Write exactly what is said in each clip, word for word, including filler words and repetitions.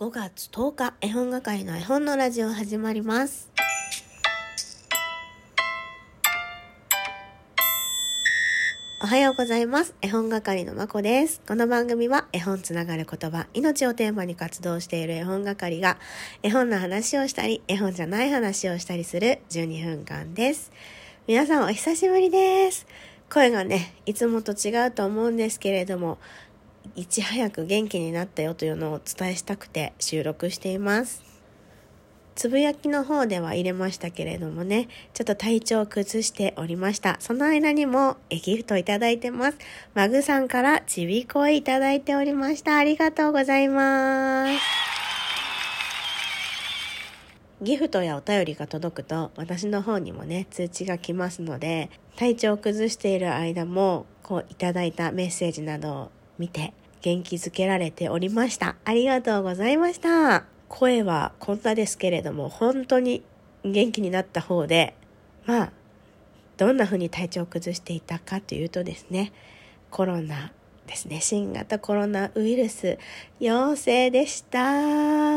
ごがつとおか、絵本係の絵本のラジオ始まります。おはようございます。絵本係のまこです。この番組は絵本つながる言葉、命をテーマに活動している絵本係が絵本の話をしたり、絵本じゃない話をしたりするじゅうにふんかんです。皆さんお久しぶりです。声がね、いつもと違うと思うんですけれども、いち早く元気になったよというのをお伝えしたくて収録しています。つぶやきの方では入れましたけれどもね、ちょっと体調を崩しておりました。その間にもギフトいただいてます。マグさんからちびこいいただいておりました。ありがとうございます。ギフトやお便りが届くと私の方にもね通知が来ますので、体調を崩している間もこういただいたメッセージなどを見て元気づけられておりました。ありがとうございました。声はこんなですけれども本当に元気になった方で、まあどんな風に体調を崩していたかというとですね、コロナですね、新型コロナウイルス陽性でした。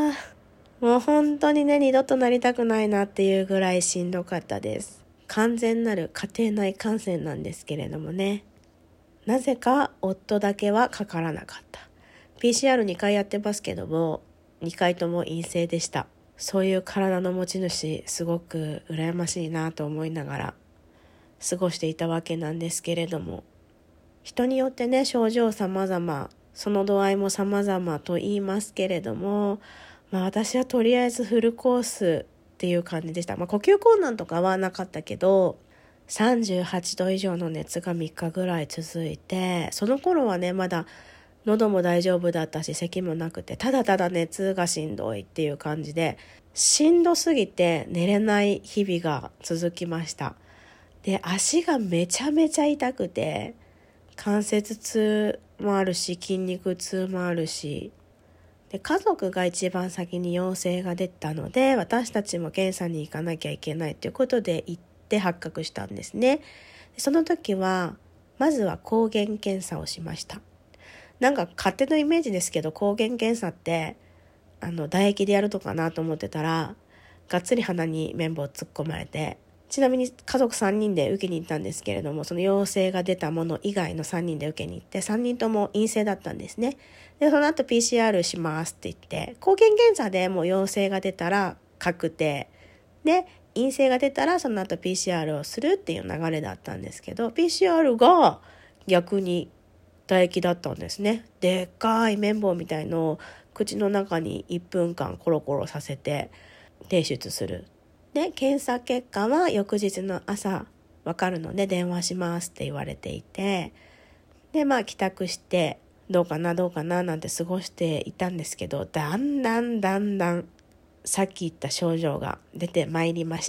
もう本当にね、二度となりたくないなっていうぐらいしんどかったです。完全なる家庭内感染なんですけれどもね、なぜか夫だけはかからなかった。 ピーシーアールに 回やってますけどもにかいとも陰性でした。そういう体の持ち主、すごく羨ましいなと思いながら過ごしていたわけなんですけれども、人によってね、症状様々、その度合いも様々と言いますけれども、まあ私はとりあえずフルコースっていう感じでした。まあ呼吸困難とかはなかったけど、さんじゅうはちど以上の熱がみっかぐらい続いて、その頃はねまだ喉も大丈夫だったし咳もなくて、ただただ熱がしんどいっていう感じで、しんどすぎて寝れない日々が続きました。で、足がめちゃめちゃ痛くて、関節痛もあるし筋肉痛もあるしで、家族が一番先に陽性が出たので、私たちも検査に行かなきゃいけないということで行って発覚したんですね。その時はまずは抗原検査をしました。なんか勝手なイメージですけど、抗原検査ってあの唾液でやるのかなと思ってたら、がっつり鼻に綿棒突っ込まれて、ちなみに家族さんにんで受けに行ったんですけれども、その陽性が出たもの以外のさんにんで受けに行って、さんにんとも陰性だったんですね。でその後 ピーシーアール しますって言って、抗原検査でもう陽性が出たら確定で、陰性が出たらその後 ピーシーアール をするっていう流れだったんですけど、 ピーシーアール が逆に唾液だったんですね。でっかい綿棒みたいのを口の中にいっぷんかんコロコロさせて提出する。で検査結果は翌日の朝わかるので電話しますって言われていて、でまあ帰宅してどうかなどうかななんて過ごしていたんですけど、だんだんだんだんさっき言った症状が出てまいりまして、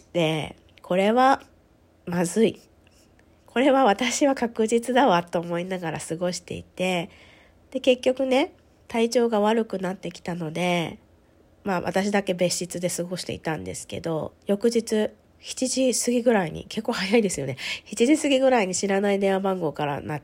これはまずい、これは私は確実だわと思いながら過ごしていて、で結局ね体調が悪くなってきたので、まあ私だけ別室で過ごしていたんですけど、翌日しちじ過ぎぐらいに、結構早いですよね、しちじ過ぎぐらいに知らない電話番号から鳴って、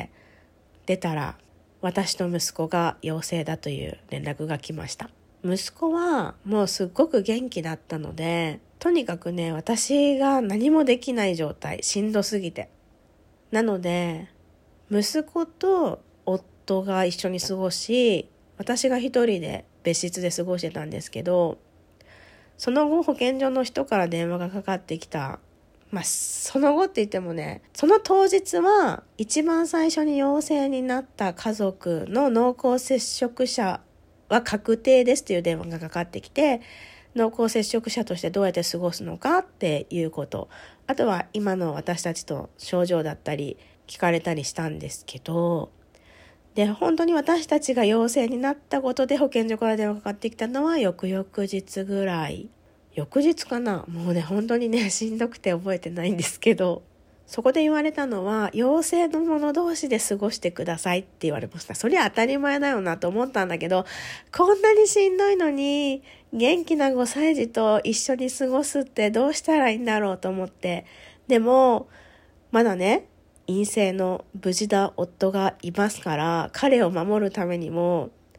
出たら私と息子が陽性だという連絡が来ました。息子はもうすっごく元気だったので、とにかくね私が何もできない状態、しんどすぎて、なので息子と夫が一緒に過ごし、私が一人で別室で過ごしてたんですけど、その後保健所の人から電話がかかってきた。まあその後って言ってもね、その当日は一番最初に陽性になった家族の濃厚接触者は確定ですっていう電話がかかってきて、濃厚接触者としてどうやって過ごすのかっていうこと、あとは今の私たちと症状だったり聞かれたりしたんですけど、で本当に私たちが陽性になったことで保健所から電話がかかってきたのは翌々日ぐらい、翌日かな、もうね本当にねしんどくて覚えてないんですけど、そこで言われたのは陽性の者同士で過ごしてくださいって言われました。それは当たり前だよなと思ったんだけど、こんなにしんどいのに元気なごさい児と一緒に過ごすってどうしたらいいんだろうと思って、でもまだね陰性の無事だ夫がいますから、彼を守るためにも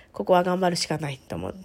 ここは頑張るしかないと思って、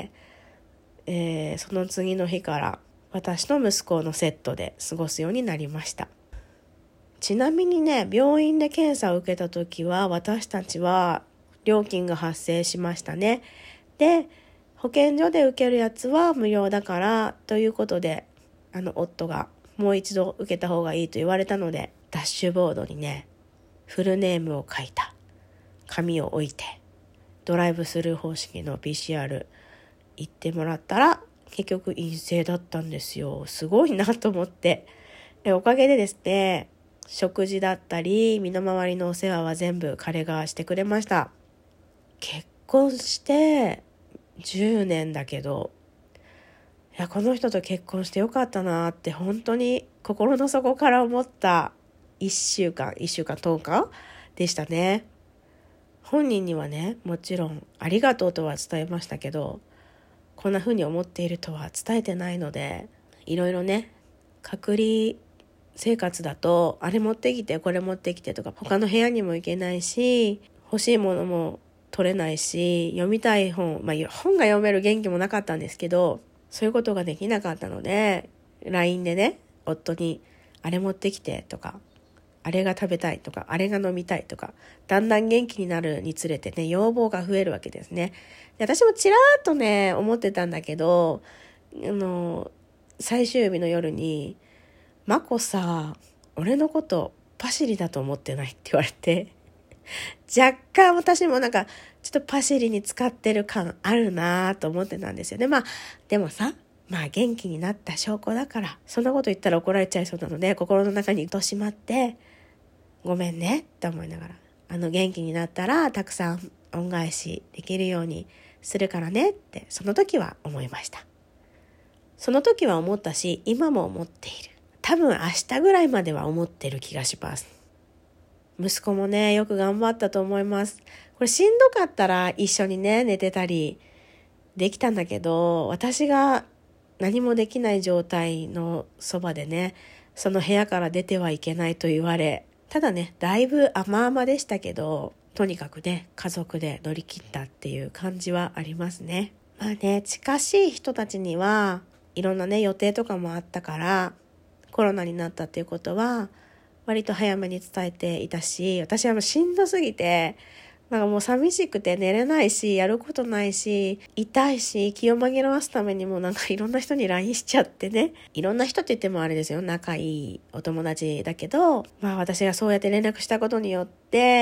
えー、その次の日から私と息子のセットで過ごすようになりました。ちなみにね、病院で検査を受けた時は私たちは料金が発生しましたね。で、保健所で受けるやつは無料だからということで、あの夫がもう一度受けた方がいいと言われたので、ダッシュボードにね、フルネームを書いた紙を置いて、ドライブスルー方式の ピーシーアール 行ってもらったら、結局陰性だったんですよ。すごいなと思って。で、おかげでですね、食事だったり身の回りのお世話は全部彼がしてくれました。結婚してじゅうねんだけど、いやこの人と結婚してよかったなって本当に心の底から思ったいっしゅうかんいっしゅうかんとおかでしたね。本人にはね、もちろんありがとうとは伝えましたけど、こんな風に思っているとは伝えてないので、いろいろね、隔離生活だとあれ持ってきてこれ持ってきてとか、他の部屋にも行けないし、欲しいものも取れないし、読みたい本、まあ本が読める元気もなかったんですけど、そういうことができなかったので、 ライン でね、夫にあれ持ってきてとか、あれが食べたいとか、あれが飲みたいとか、だんだん元気になるにつれてね、要望が増えるわけですね。で、私もちらーっとね思ってたんだけど、あの最終日の夜に、マコさ、俺のことパシリだと思ってないって言われて、若干私もなんかちょっとパシリに使ってる感あるなと思ってたんですよね。まあでもさ、まあ元気になった証拠だから、そんなこと言ったら怒られちゃいそうなので、心の中にとしまって、ごめんねって思いながら、あの元気になったらたくさん恩返しできるようにするからねってその時は思いました。その時は思ったし、今も思っている。多分明日ぐらいまでは思ってる気がします。息子もね、よく頑張ったと思います。これしんどかったら一緒にね、寝てたりできたんだけど、私が何もできない状態のそばでね、その部屋から出てはいけないと言われ、ただね、だいぶ甘々でしたけど、とにかくね、家族で乗り切ったっていう感じはありますね。まあね、近しい人たちにはいろんなね、予定とかもあったから、コロナになったっていうことは割と早めに伝えていたし、私はもうしんどすぎて、なんかもう寂しくて寝れないし、やることないし、痛いし、気を紛らわすためにもなんかいろんな人に ライン しちゃってね。いろんな人って言ってもあれですよ、仲いいお友達だけど、まあ私がそうやって連絡したことによって、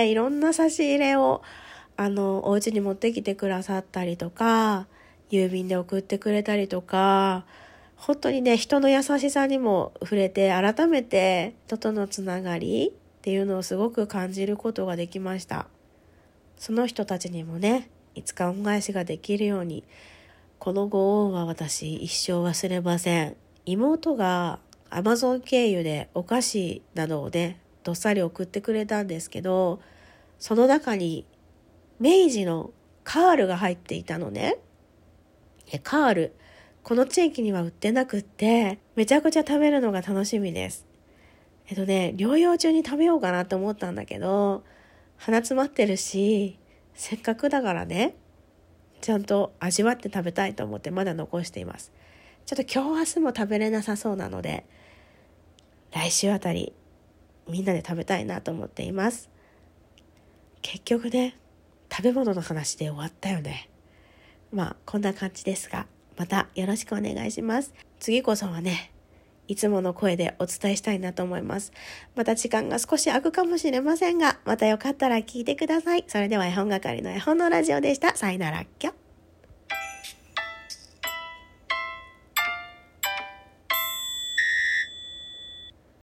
いろんな差し入れを、あの、お家に持ってきてくださったりとか、郵便で送ってくれたりとか、本当にね、人の優しさにも触れて、改めて人とのつながりっていうのをすごく感じることができました。その人たちにもね、いつか恩返しができるように、このご恩は私一生忘れません。妹がアマゾン経由でお菓子などをね、どっさり送ってくれたんですけど、その中に明治のカールが入っていたのね。カール、この地域には売ってなくって、めちゃくちゃ食べるのが楽しみです。えっとね、療養中に食べようかなと思ったんだけど、鼻詰まってるし、せっかくだからね、ちゃんと味わって食べたいと思ってまだ残しています。ちょっと今日明日も食べれなさそうなので、来週あたりみんなで食べたいなと思っています。結局ね、食べ物の話で終わったよね。まあこんな感じですが、またよろしくお願いします。次こそはね、いつもの声でお伝えしたいなと思います。また時間が少し空くかもしれませんが、またよかったら聞いてください。それでは絵本係の絵本のラジオでした。さよならっきょ。